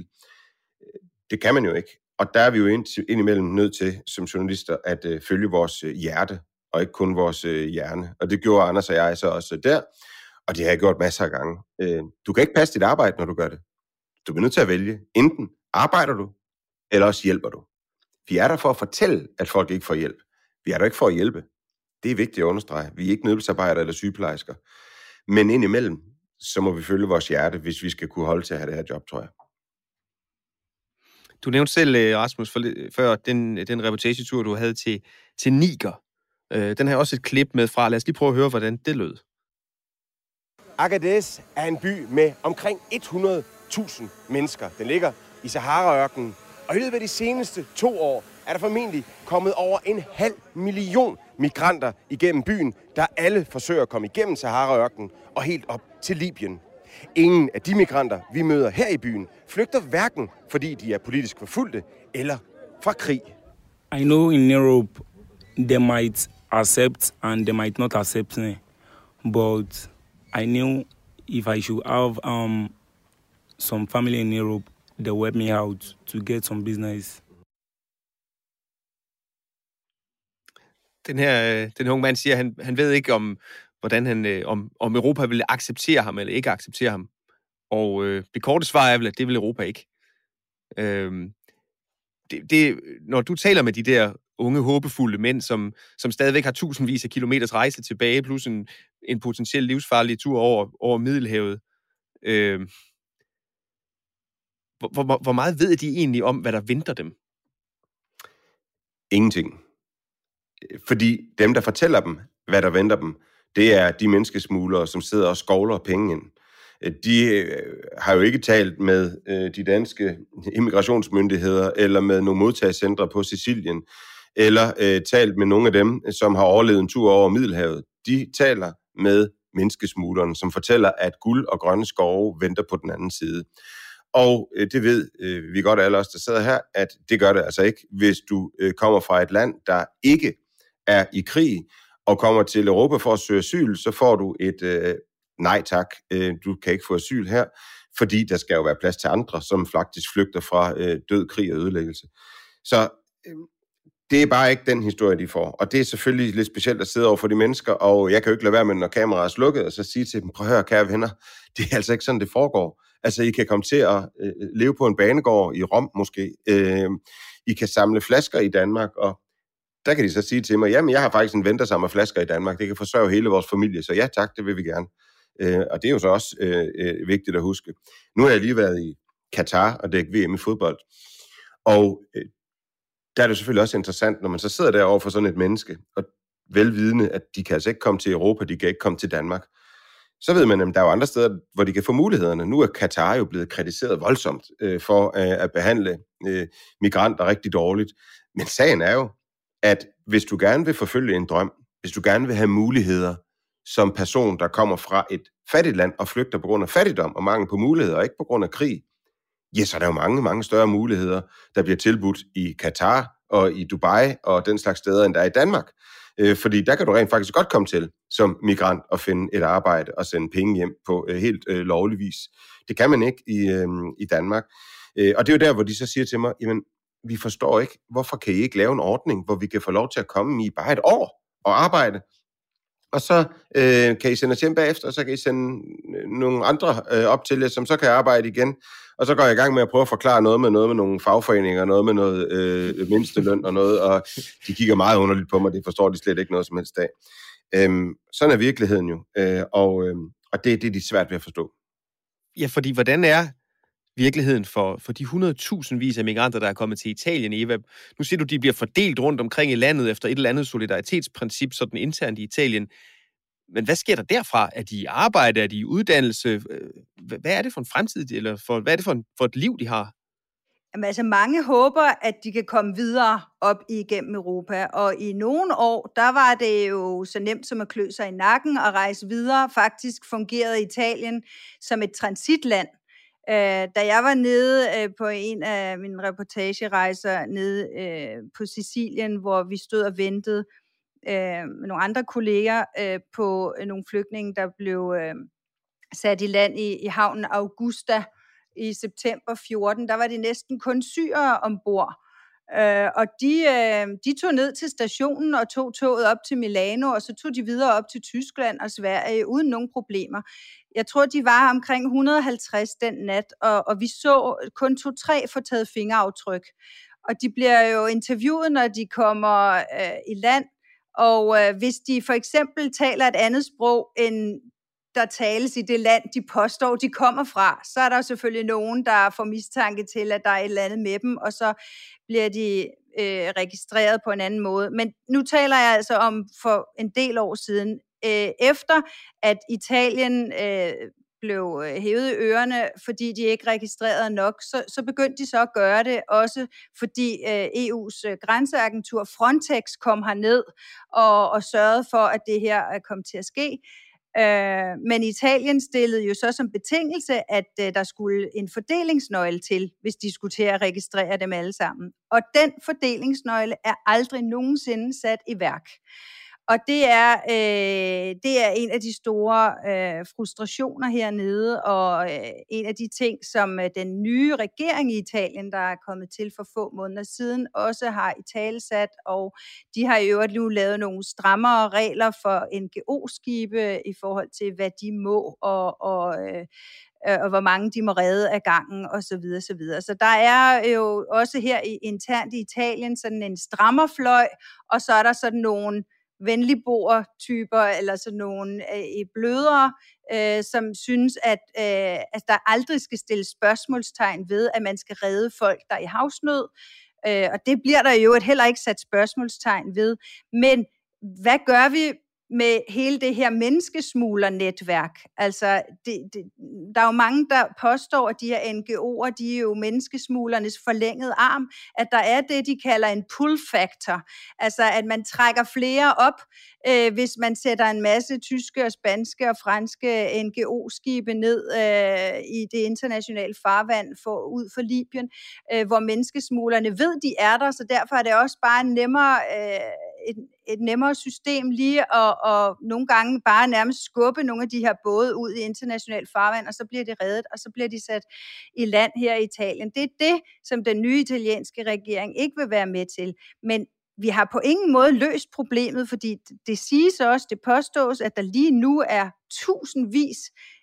Det kan man jo ikke. Og der er vi jo ind, indimellem nødt til, som journalister, at øh, følge vores øh, hjerte, og ikke kun vores øh, hjerne. Og det gjorde Anders og jeg så også der, og det har jeg gjort masser af gange. Øh, du kan ikke passe dit arbejde, når du gør det. Du bliver nødt til at vælge. Enten arbejder du, eller også hjælper du. Vi er der for at fortælle, at folk ikke får hjælp. Vi er der ikke for at hjælpe. Det er vigtigt at understrege. Vi er ikke nødhjælpsarbejdere eller sygeplejersker. Men indimellem, så må vi følge vores hjerte, hvis vi skal kunne holde til at have det her job, tror jeg. Du nævnte selv, Rasmus, for, før den, den reportagetur, du havde til, til Niger. Øh, den har også et klip med fra. Lad os lige prøve at høre, hvordan det lød. Agadez er en by med omkring hundrede tusind mennesker. Den ligger i Sahara-ørkenen. Og i løbet af de seneste to år er der formentlig kommet over en halv million migranter igennem byen, der alle forsøger at komme igennem Sahara-ørkenen og helt op til Libyen. Ingen af de migranter, vi møder her i byen, flygter hverken, fordi de er politisk forfulgte eller fra krig. I know in Europe, they might accept and they might not accept me. But I knew if I should have um, some family in Europe, they help me out to get some business. Den her, den her unge mand siger, at han, han ved ikke, om, hvordan han, om, om Europa vil acceptere ham eller ikke acceptere ham. Og øh, det korte svar er vel, at det vil Europa ikke. Øhm, det, det, når du taler med de der unge, håbefulde mænd, som, som stadigvæk har tusindvis af kilometers rejse tilbage, plus en, en potentiel livsfarlig tur over, over Middelhavet, øh, hvor, hvor, hvor meget ved de egentlig om, hvad der venter dem? Ingenting. Fordi dem, der fortæller dem, hvad der venter dem, det er de menneskesmuglere, som sidder og skovler penge ind. De har jo ikke talt med de danske immigrationsmyndigheder, eller med nogle modtagscentre på Sicilien, eller øh, talt med nogle af dem, som har overlevet en tur over Middelhavet. De taler med menneskesmuglerne, som fortæller, at guld og grønne skove venter på den anden side. Og øh, det ved øh, vi godt alle os, der sidder her, at det gør det altså ikke, hvis du øh, kommer fra et land, der ikke er i krig, og kommer til Europa for at søge asyl, så får du et øh, nej tak, øh, du kan ikke få asyl her, fordi der skal jo være plads til andre, som faktisk flygter fra øh, død, krig og ødelæggelse. Så øh, det er bare ikke den historie, de får. Og det er selvfølgelig lidt specielt at sidde over for de mennesker, og jeg kan jo ikke lade være med, når kameraet er slukket, og så sige til dem, prøv at høre, kære venner, det er altså ikke sådan, det foregår. Altså, I kan komme til at øh, leve på en banegård i Rom måske. Øh, I kan samle flasker i Danmark, og der kan de så sige til mig, jamen, jeg har faktisk en ven, der samler flasker i Danmark. Det kan forsørge hele vores familie, så ja tak, det vil vi gerne. Øh, og det er jo så også øh, øh, vigtigt at huske. Nu har jeg lige været i Katar og dækket V M i fodbold, og øh, der er det selvfølgelig også interessant, når man så sidder der over for sådan et menneske, og velvidende, at de kan altså ikke komme til Europa, de kan ikke komme til Danmark. Så ved man, at der er jo andre steder, hvor de kan få mulighederne. Nu er Katar jo blevet kritiseret voldsomt øh, for øh, at behandle øh, migranter rigtig dårligt. Men sagen er jo, at hvis du gerne vil forfølge en drøm, hvis du gerne vil have muligheder som person, der kommer fra et fattigt land og flygter på grund af fattigdom og mangel på muligheder, og ikke på grund af krig, ja, så er der jo mange, mange større muligheder, der bliver tilbudt i Katar og i Dubai og den slags steder, end der er i Danmark. Øh, fordi der kan du rent faktisk godt komme til som migrant og finde et arbejde og sende penge hjem på øh, helt øh, lovlig vis. Det kan man ikke i, øh, i Danmark. Øh, og det er jo der, hvor de så siger til mig, jamen, vi forstår ikke, hvorfor kan I ikke lave en ordning, hvor vi kan få lov til at komme i bare et år og arbejde? Og så øh, kan I sende os hjem bagefter, og så kan I sende nogle andre øh, op til jer, som så kan arbejde igen. Og så går jeg i gang med at prøve at forklare noget med noget med nogle fagforeninger, noget med noget øh, mindsteløn og noget, og de kigger meget underligt på mig, det forstår de slet ikke noget som helst af. Øhm, sådan er virkeligheden jo, øh, og, øh, og det, det er de svært ved at forstå. Ja, fordi hvordan er virkeligheden for, for de hundredtusindvis af migranter, der er kommet til Italien, Eva? Nu siger du, de bliver fordelt rundt omkring i landet efter et eller andet solidaritetsprincip, sådan internt i Italien. Men hvad sker der derfra? Er de i arbejde? Er de i uddannelse? Hvad er det for en fremtid, eller for, hvad er det for, en, for et liv, de har? Jamen, altså, mange håber, at de kan komme videre op igennem Europa, og i nogle år, der var det jo så nemt som at klø sig i nakken og rejse videre. Faktisk fungerede Italien som et transitland. Da jeg var nede på en af mine reportagerejser nede på Sicilien, hvor vi stod og ventede med nogle andre kolleger på nogle flygtninge, der blev sat i land i, i havnen Augusta i september fjorten, der var det næsten kun syrere ombord. Øh, og de, øh, de tog ned til stationen og tog toget op til Milano, og så tog de videre op til Tyskland og Sverige uden nogen problemer. Jeg tror, de var omkring et hundrede og halvtreds den nat, og, og vi så kun to-tre få taget fingeraftryk. Og de bliver jo interviewet, når de kommer øh, i land, og øh, hvis de for eksempel taler et andet sprog end der tales i det land, de påstår, de kommer fra, så er der selvfølgelig nogen, der får mistanke til, at der er et eller andet med dem, og så bliver de øh, registreret på en anden måde. Men nu taler jeg altså om for en del år siden, øh, efter at Italien øh, blev hævet i ørerne, fordi de ikke registrerede nok, så, så begyndte de så at gøre det, også fordi øh, E U's øh, grænseagentur Frontex kom herned og, og sørgede for, at det her kom til at ske. Øh, men Italien stillede jo så som betingelse, at øh, der skulle en fordelingsnøgle til, hvis de skulle til at registrere dem alle sammen. Og den fordelingsnøgle er aldrig nogensinde sat i værk. Og det er, øh, det er en af de store øh, frustrationer hernede, og øh, en af de ting, som øh, den nye regering i Italien, der er kommet til for få måneder siden, også har italesat, og de har i øvrigt nu lavet nogle strammere regler for N G O-skibe i forhold til, hvad de må, og, og øh, og hvor mange de må redde af gangen, og så videre, så videre. Så der er jo også her i, internt i Italien sådan en strammerfløj, og så er der sådan nogle venligboer-typer, eller sådan nogle øh, blødere, øh, som synes, at, øh, at der aldrig skal stilles spørgsmålstegn ved, at man skal redde folk, der er i havsnød. Øh, og det bliver der jo heller ikke sat spørgsmålstegn ved. Men hvad gør vi med hele det her menneskesmuglernetværk? Altså, det, det, der er jo mange, der påstår, at de her N G O'er, de er jo menneskesmuglernes forlængede arm, at der er det, de kalder en pull factor. Altså, at man trækker flere op, øh, hvis man sætter en masse tyske og spanske og franske N G O-skibe ned øh, i det internationale farvand for, ud for Libyen, øh, hvor menneskesmuglerne ved, de er der, så derfor er det også bare nemmere øh, et, et nemmere system lige at og nogle gange bare nærmest skubbe nogle af de her både ud i internationalt farvand, og så bliver de reddet, og så bliver de sat i land her i Italien. Det er det, som den nye italienske regering ikke vil være med til. Men vi har på ingen måde løst problemet, fordi det siges også, det påstås, at der lige nu er tusindvis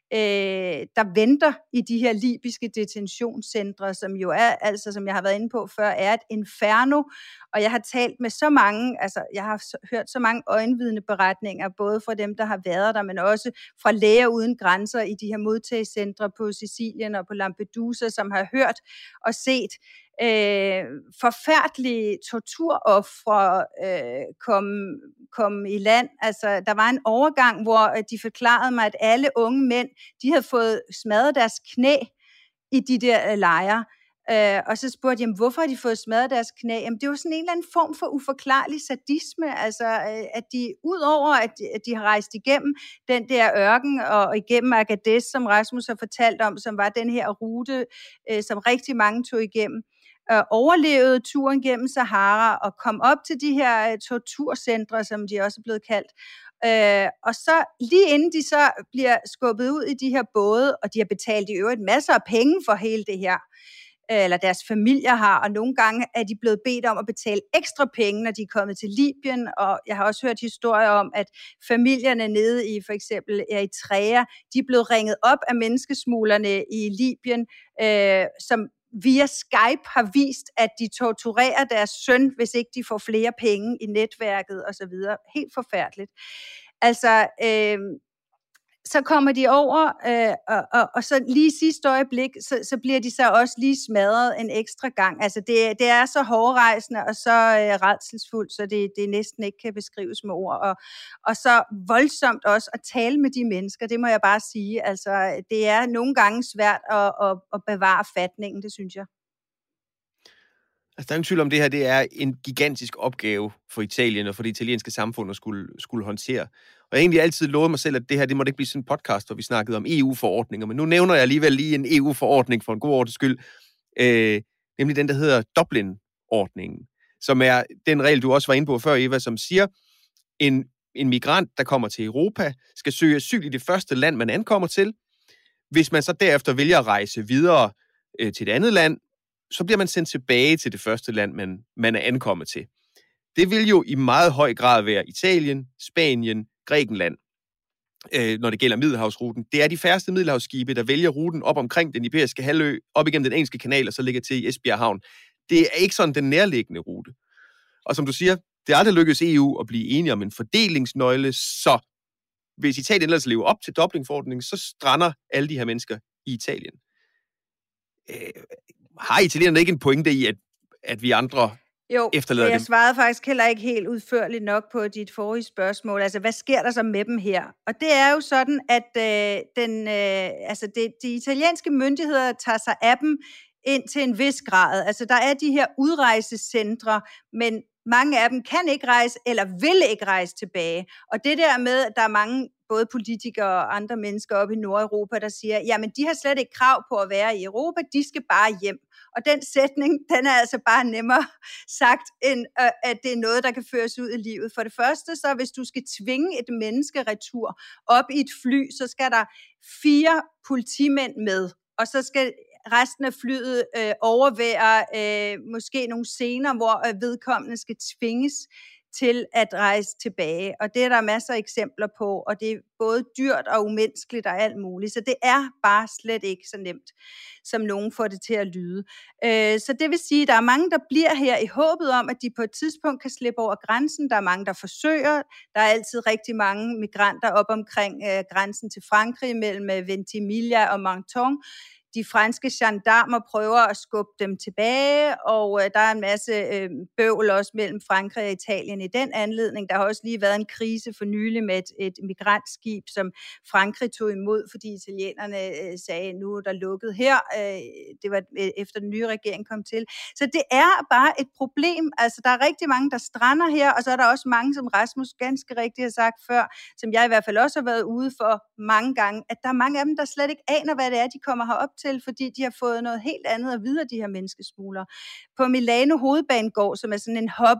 Øh, der venter i de her libyske detentionscentre, som jo er, altså som jeg har været inde på før, er et inferno. Og jeg har talt med så mange, altså jeg har hørt så mange øjenvidneberetninger, både fra dem, der har været der, men også fra Læger Uden Grænser i de her modtagecentre på Sicilien og på Lampedusa, som har hørt og set øh, forfærdelige torturofre øh, komme kom i land. Altså, der var en overgang, hvor de forklarede mig, at alle unge mænd, de havde fået smadret deres knæ i de der lejre. Øh, og så spurgte jeg, hvorfor har de fået smadret deres knæ? Jamen, det var sådan en eller anden form for uforklarlig sadisme, altså at de, udover at de, at de har rejst igennem den der ørken og, og igennem Agadez, som Rasmus har fortalt om, som var den her rute, øh, som rigtig mange tog igennem, øh, overlevede turen gennem Sahara og kom op til de her øh, torturcentre, som de også er blevet kaldt. Øh, og så lige inden de så bliver skubbet ud i de her både, og de har betalt i øvrigt masser af penge for hele det her, eller deres familier har, og nogle gange er de blevet bedt om at betale ekstra penge, når de er kommet til Libyen, og jeg har også hørt historier om, at familierne nede i for eksempel Eritrea, de er blevet ringet op af menneskesmuglerne i Libyen, øh, som via Skype har vist, at de torturerer deres søn, hvis ikke de får flere penge i netværket osv. Helt forfærdeligt. Altså, øh, så kommer de over, øh, og, og, og så lige i sidste øjeblik, så, så bliver de så også lige smadret en ekstra gang. Altså det, det er så hårdrejsende og så øh, rædselsfuldt, så det, det næsten ikke kan beskrives med ord. Og, og så voldsomt også at tale med de mennesker, det må jeg bare sige. Altså det er nogle gange svært at, at, at bevare fatningen, det synes jeg. Altså, der er ingen tvivl om, det her det er en gigantisk opgave for Italien og for det italienske samfund at skulle, skulle håndtere. Og jeg har egentlig altid lovet mig selv, at det her det måtte ikke blive sådan en podcast, hvor vi snakkede om E U-forordninger. Men nu nævner jeg alligevel lige en E U-forordning for en god ordens skyld. Øh, nemlig den, der hedder Dublin-ordningen. Som er den regel, du også var inde på før, Eva, som siger, en, en migrant, der kommer til Europa, skal søge asyl i det første land, man ankommer til. Hvis man så derefter vælger at rejse videre øh, til et andet land, så bliver man sendt tilbage til det første land, man, man er ankommet til. Det vil jo i meget høj grad være Italien, Spanien, Grækenland, øh, når det gælder Middelhavsruten. Det er de færreste middelhavsskibe, der vælger ruten op omkring den iberiske halvø, op igennem den engelske kanal, og så ligger til i Esbjerg Havn. Det er ikke sådan den nærliggende rute. Og som du siger, det er aldrig lykkedes E U at blive enige om en fordelingsnøgle, så hvis Italien ellers lever op til Dublin-forordningen, så strander alle de her mennesker i Italien. Øh, har italienerne ikke en pointe i, at, at vi andre jo, efterlader jeg dem? svarede faktisk heller ikke helt udførligt nok på dit forrige spørgsmål. Altså, hvad sker der så med dem her? Og det er jo sådan, at øh, den, øh, altså det, de italienske myndigheder tager sig af dem ind til en vis grad. Altså, der er de her udrejsecentre, men mange af dem kan ikke rejse, eller vil ikke rejse tilbage. Og det der med, at der er mange både politikere og andre mennesker oppe i Nordeuropa, der siger, jamen de har slet ikke krav på at være i Europa, de skal bare hjem. Og den sætning, den er altså bare nemmere sagt, end øh, at det er noget, der kan føres ud i livet. For det første, så hvis du skal tvinge et menneske retur op i et fly, så skal der fire politimænd med, og så skal resten af flyet øh, overvære øh, måske nogle scener, hvor øh, vedkommende skal tvinges til at rejse tilbage. Og det er der masser af eksempler på, og det er både dyrt og umenneskeligt og alt muligt. Så det er bare slet ikke så nemt, som nogen får det til at lyde. Øh, så det vil sige, at der er mange, der bliver her i håbet om, at de på et tidspunkt kan slippe over grænsen. Der er mange, der forsøger. Der er altid rigtig mange migranter op omkring øh, grænsen til Frankrig, mellem Ventimiglia og Menton. De franske gendarmer prøver at skubbe dem tilbage, og øh, der er en masse øh, bøvl også mellem Frankrig og Italien i den anledning. Der har også lige været en krise for nylig med et, et migrantskib, som Frankrig tog imod, fordi italienerne øh, sagde, nu er der lukket her. Øh, det var øh, efter den nye regering kom til. Så det er bare et problem. Altså, der er rigtig mange, der strander her, og så er der også mange, som Rasmus ganske rigtigt har sagt før, som jeg i hvert fald også har været ude for mange gange, at der er mange af dem, der slet ikke aner, hvad det er, de kommer herop til, fordi de har fået noget helt andet at vide, de her menneskesmuglere. På Milano Hovedbanegård, som er sådan en hub,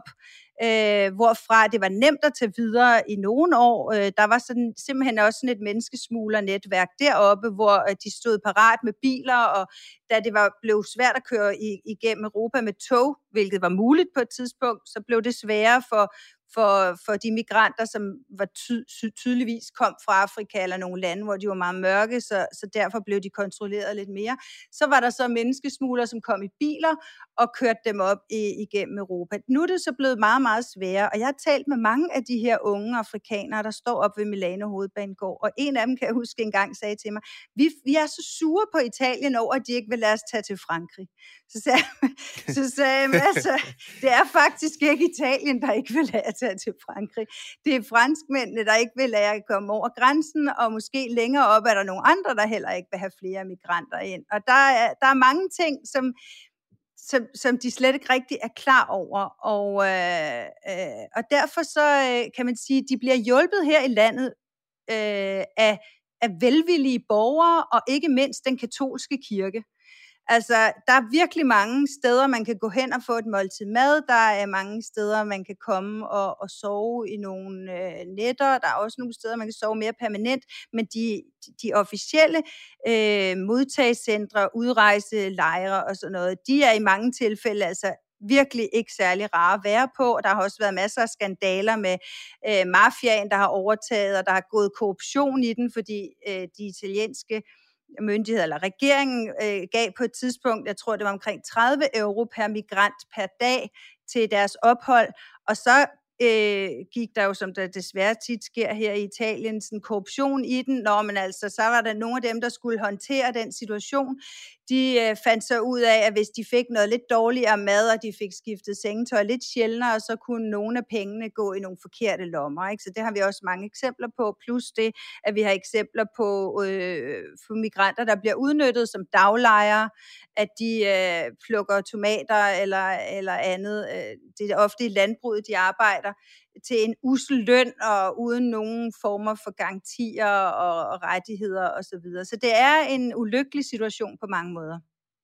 øh, hvorfra det var nemt at tage videre i nogle år. Øh, der var sådan, simpelthen også sådan et menneskesmuglernetværk deroppe, hvor øh, de stod parat med biler, og da det var, blev svært at køre i, igennem Europa med tog, hvilket var muligt på et tidspunkt, så blev det sværere for For, for de migranter, som var ty- tydeligvis kom fra Afrika eller nogle lande, hvor de var meget mørke, så, så derfor blev de kontrolleret lidt mere. Så var der så menneskesmuglere, som kom i biler og kørte dem op i, igennem Europa. Nu er det så blevet meget, meget sværere, og jeg har talt med mange af de her unge afrikanere, der står op ved Milano Hovedbanegård, og en af dem, kan jeg huske engang, sagde til mig, vi, vi er så sure på Italien over, at de ikke vil lade os tage til Frankrig. Så sagde, så sagde jeg, altså, det er faktisk ikke Italien, der ikke vil lade til Frankrig. Det er franskmændene, der ikke vil lade jer komme over grænsen, og måske længere op er der nogle andre, der heller ikke vil have flere migranter ind. Og der er, der er mange ting, som, som, som de slet ikke rigtig er klar over. Og, øh, øh, og derfor så øh, kan man sige, de bliver hjulpet her i landet øh, af, af velvillige borgere, og ikke mindst den katolske kirke. Altså, der er virkelig mange steder, man kan gå hen og få et måltid mad. Der er mange steder, man kan komme og, og sove i nogle øh, nætter. Der er også nogle steder, man kan sove mere permanent. Men de, de officielle øh, modtagscentre, udrejselejre og sådan noget, de er i mange tilfælde altså virkelig ikke særlig rare at være på. Der har også været masser af skandaler med øh, mafiaen, der har overtaget, og der har gået korruption i den, fordi øh, de italienske myndigheder eller regeringen øh, gav på et tidspunkt, jeg tror det var omkring tredive euro per migrant per dag til deres ophold, og så øh, gik der jo, som der desværre tit sker her i Italien, sådan korruption i den. Nå, men altså, så var der nogle af dem, der skulle håndtere den situation. De øh, fandt så ud af, at hvis de fik noget lidt dårligere mad, og de fik skiftet sengetøj lidt sjældnere, så kunne nogle af pengene gå i nogle forkerte lommer. Ikke? Så det har vi også mange eksempler på. Plus det, at vi har eksempler på øh, for migranter, der bliver udnyttet som daglejere, at de øh, plukker tomater eller, eller andet. Det er ofte i landbruget, de arbejder til en ussel løn og uden nogen former for garantier og, og rettigheder osv. Så, videre. Så det er en ulykkelig situation på mange måder.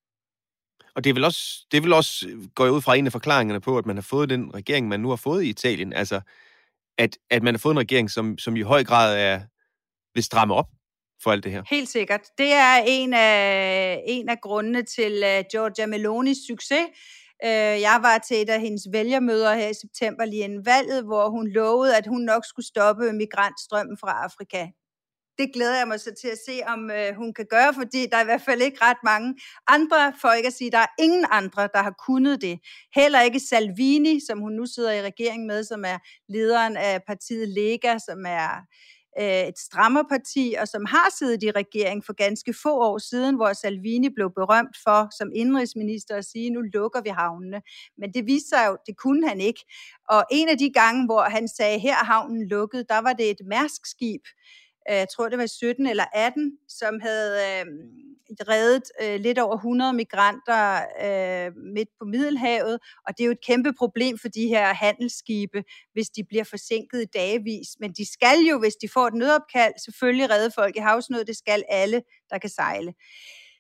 Og det er vel også, det er vel også går jeg ud fra en af forklaringerne på, at man har fået den regering, man nu har fået i Italien. Altså, at, at man har fået en regering, som, som i høj grad er, vil stramme op for alt det her. Helt sikkert. Det er en af, en af grundene til uh, Giorgia Melonis succes. Jeg var til et af hendes vælgermøder her i september lige inden valget, hvor hun lovede, at hun nok skulle stoppe migrantstrømmen fra Afrika. Det glæder jeg mig så til at se, om øh, hun kan gøre, fordi der er i hvert fald ikke ret mange andre, for ikke at sige, der er ingen andre, der har kunnet det. Heller ikke Salvini, som hun nu sidder i regering med, som er lederen af partiet Lega, som er et strammerparti, og som har siddet i regering for ganske få år siden, hvor Salvini blev berømt for som indenrigsminister at sige, nu lukker vi havnene. Men det viste sig jo, det kunne han ikke. Og en af de gange, hvor han sagde, her er havnen lukket, der var det et Mærsk-skib, jeg tror det var sytten eller atten, som havde øh, reddet øh, lidt over hundrede migranter øh, midt på Middelhavet, og det er jo et kæmpe problem for de her handelsskibe, hvis de bliver forsinket i dagevis. Men de skal jo, hvis de får et nødopkald, selvfølgelig redde folk i havsnød, det skal alle, der kan sejle.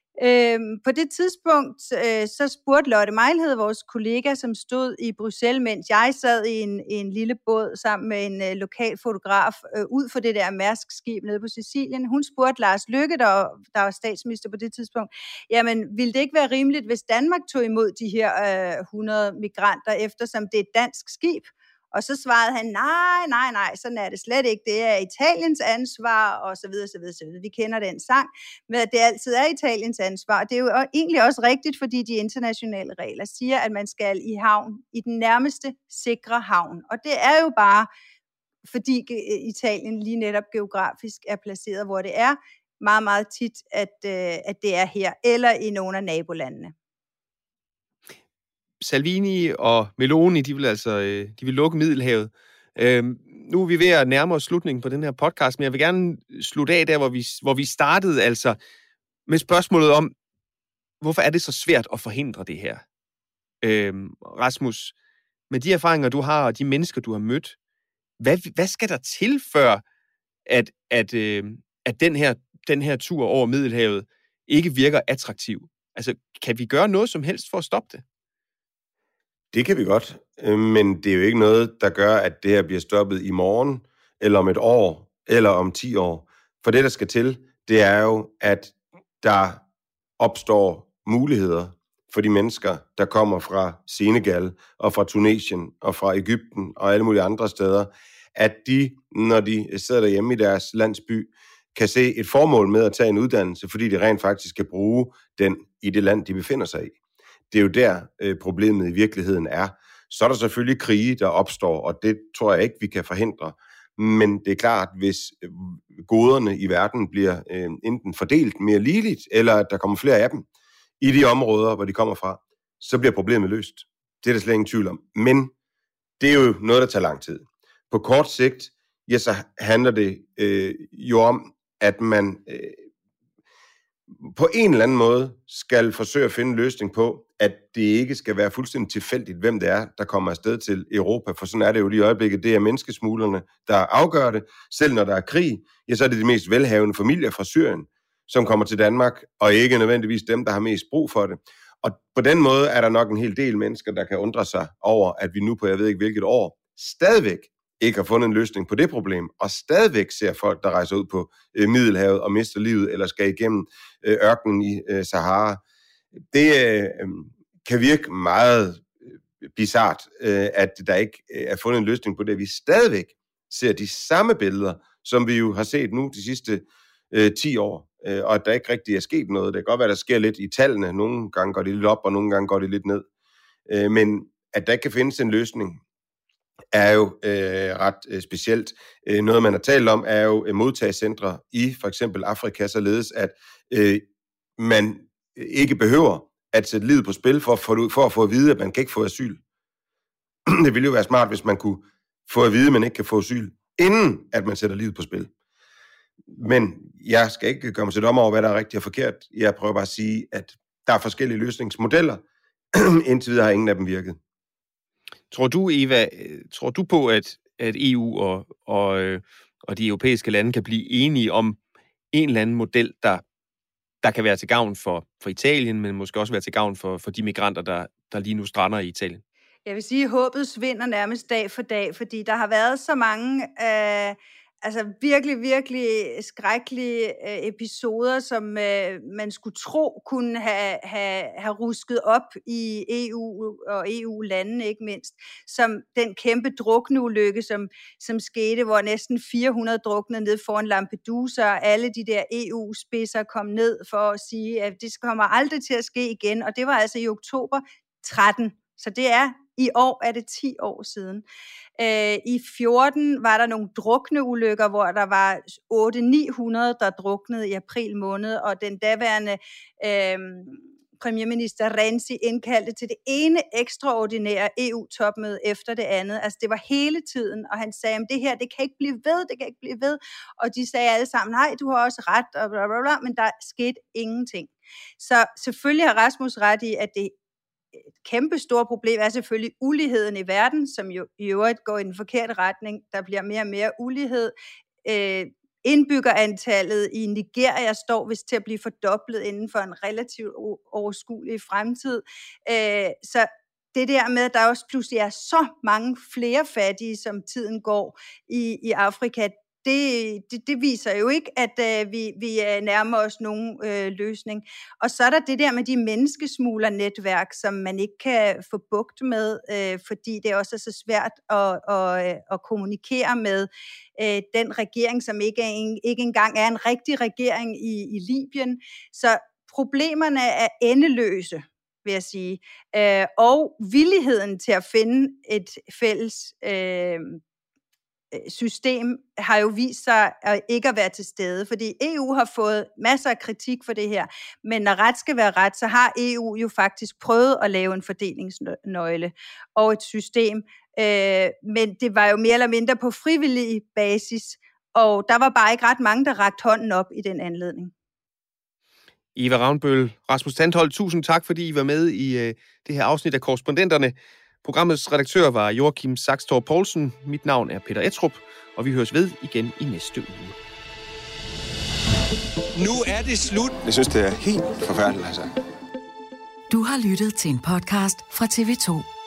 Øhm, på det tidspunkt, øh, så spurgte Lotte Mejlhed, vores kollega, som stod i Bruxelles, mens jeg sad i en, i en lille båd sammen med en øh, lokal fotograf, øh, ud for det der Mærsk-skib nede på Sicilien. Hun spurgte Lars Løkke, der, der var statsminister på det tidspunkt, jamen, ville det ikke være rimeligt, hvis Danmark tog imod de her øh, hundrede migranter, eftersom det er et dansk skib? Og så svarede han, nej, nej, nej, sådan er det slet ikke. Det er Italiens ansvar, og så videre, så videre, så videre. Vi kender den sang, men at det altid er Italiens ansvar. Og det er jo egentlig også rigtigt, fordi de internationale regler siger, at man skal i havn, i den nærmeste sikre havn. Og det er jo bare, fordi Italien lige netop geografisk er placeret, hvor det er, meget, meget tit, at, at det er her, eller i nogle af nabolandene. Salvini og Meloni, de vil altså de vil lukke Middelhavet. Øhm, nu er vi ved at nærme os slutningen på den her podcast, men jeg vil gerne slutte af der, hvor vi, hvor vi startede, altså med spørgsmålet om, hvorfor er det så svært at forhindre det her? Øhm, Rasmus, med de erfaringer, du har, og de mennesker, du har mødt, hvad, hvad skal der til, før at, at, øh, at den, her, den her tur over Middelhavet ikke virker attraktiv? Altså, kan vi gøre noget som helst for at stoppe det? Det kan vi godt, men det er jo ikke noget, der gør, at det her bliver stoppet i morgen, eller om et år, eller om ti år. For det, der skal til, det er jo, at der opstår muligheder for de mennesker, der kommer fra Senegal, og fra Tunesien, og fra Egypten, og alle mulige andre steder, at de, når de sidder derhjemme i deres landsby, kan se et formål med at tage en uddannelse, fordi de rent faktisk kan bruge den i det land, de befinder sig i. Det er jo der, øh, problemet i virkeligheden er. Så er der selvfølgelig krige, der opstår, og det tror jeg ikke, vi kan forhindre. Men det er klart, hvis øh, goderne i verden bliver øh, enten fordelt mere ligeligt, eller at der kommer flere af dem i de områder, hvor de kommer fra, så bliver problemet løst. Det er der slet ingen tvivl om. Men det er jo noget, der tager lang tid. På kort sigt, ja, så handler det øh, jo om, at man øh, på en eller anden måde skal forsøge at finde en løsning på, at det ikke skal være fuldstændig tilfældigt, hvem det er, der kommer afsted til Europa. For sådan er det jo lige i øjeblikket. Det er menneskesmuglerne, der afgør det. Selv når der er krig, ja, så er det de mest velhavende familier fra Syrien, som kommer til Danmark, og ikke nødvendigvis dem, der har mest brug for det. Og på den måde er der nok en hel del mennesker, der kan undre sig over, at vi nu på, jeg ved ikke hvilket år, stadigvæk ikke har fundet en løsning på det problem, og stadigvæk ser folk, der rejser ud på øh, Middelhavet og mister livet, eller skal igennem øh, ørkenen i øh, Sahara. Det øh, kan virke meget øh, bizart, øh, at der ikke øh, er fundet en løsning på det. Vi stadigvæk ser de samme billeder, som vi jo har set nu de sidste øh, ti år, øh, og at der ikke rigtig er sket noget. Det kan godt være, at der sker lidt i tallene. Nogle gange går det lidt op, og nogle gange går det lidt ned. Øh, men at der ikke kan findes en løsning, er jo øh, ret øh, specielt. Øh, noget, man har talt om, er jo øh, modtagecentre i for eksempel Afrika, således at øh, man ikke behøver at sætte livet på spil for at, få, for at få at vide, at man kan ikke få asyl. Det ville jo være smart, hvis man kunne få at vide, at man ikke kan få asyl, inden at man sætter livet på spil. Men jeg skal ikke gøre mig til dommer over, hvad der er rigtigt og forkert. Jeg prøver bare at sige, at der er forskellige løsningsmodeller. Indtil videre har ingen af dem virket. Tror du, Eva, tror du på, at, at E U og, og, og de europæiske lande kan blive enige om en eller anden model, der, der kan være til gavn for, for Italien, men måske også være til gavn for, for de migranter, der, der lige nu strander i Italien? Jeg vil sige, at håbet svinder nærmest dag for dag, fordi der har været så mange øh, altså virkelig, virkelig skrækkelige øh, episoder, som øh, man skulle tro kunne have, have, have rusket op i E U og E U-landene ikke mindst, som den kæmpe drukneulykke, som, som skete, hvor næsten fire hundrede druknede ned foran Lampedusa, og alle de der E U-spidser kom ned for at sige, at det kommer aldrig til at ske igen, og det var altså i oktober tretten, så det er i år er det ti år siden. Øh, I fjorten var der nogle drukneulykker, hvor der var otte til ni hundrede, der druknede i april måned, og den daværende øh, premierminister Renzi indkaldte til det ene ekstraordinære E U-topmøde efter det andet. Altså det var hele tiden, og han sagde, at det her, det kan ikke blive ved, det kan ikke blive ved. Og de sagde alle sammen, nej, du har også ret, og bla bla bla, men der skete ingenting. Så selvfølgelig har Rasmus ret i, at det et kæmpe store problem er selvfølgelig uligheden i verden, som jo i øvrigt går i den forkerte retning. Der bliver mere og mere ulighed. Øh, Indbyggerantallet i Nigeria står vist til at blive fordoblet inden for en relativt overskuelig fremtid. Øh, så det der med, at der også pludselig er så mange flere fattige, som tiden går i, i Afrika, det, det, det viser jo ikke, at øh, vi, vi nærmer os nogen øh, løsning. Og så er der det der med de menneskesmuglernetværk, som man ikke kan få bugt med, øh, fordi det også er så svært at, at, at kommunikere med øh, den regering, som ikke, er en, ikke engang er en rigtig regering i, i Libyen. Så problemerne er endeløse, vil jeg sige. Øh, og villigheden til at finde et fælles øh, system har jo vist sig at ikke at være til stede, fordi E U har fået masser af kritik for det her, men når ret skal være ret, så har E U jo faktisk prøvet at lave en fordelingsnøgle og et system, øh, men det var jo mere eller mindre på frivillig basis, og der var bare ikke ret mange, der rakte hånden op i den anledning. Eva Ravnbøl, Rasmus Tantholdt, tusind tak, fordi I var med i øh, det her afsnit af Korrespondenterne. Programmets redaktør var Joachim Saxtorp Poulsen. Mit navn er Peter Ettrup, og vi høres ved igen i næste uge. Nu er det slut. Jeg synes, det er helt forfærdeligt, altså. Du har lyttet til en podcast fra T V to.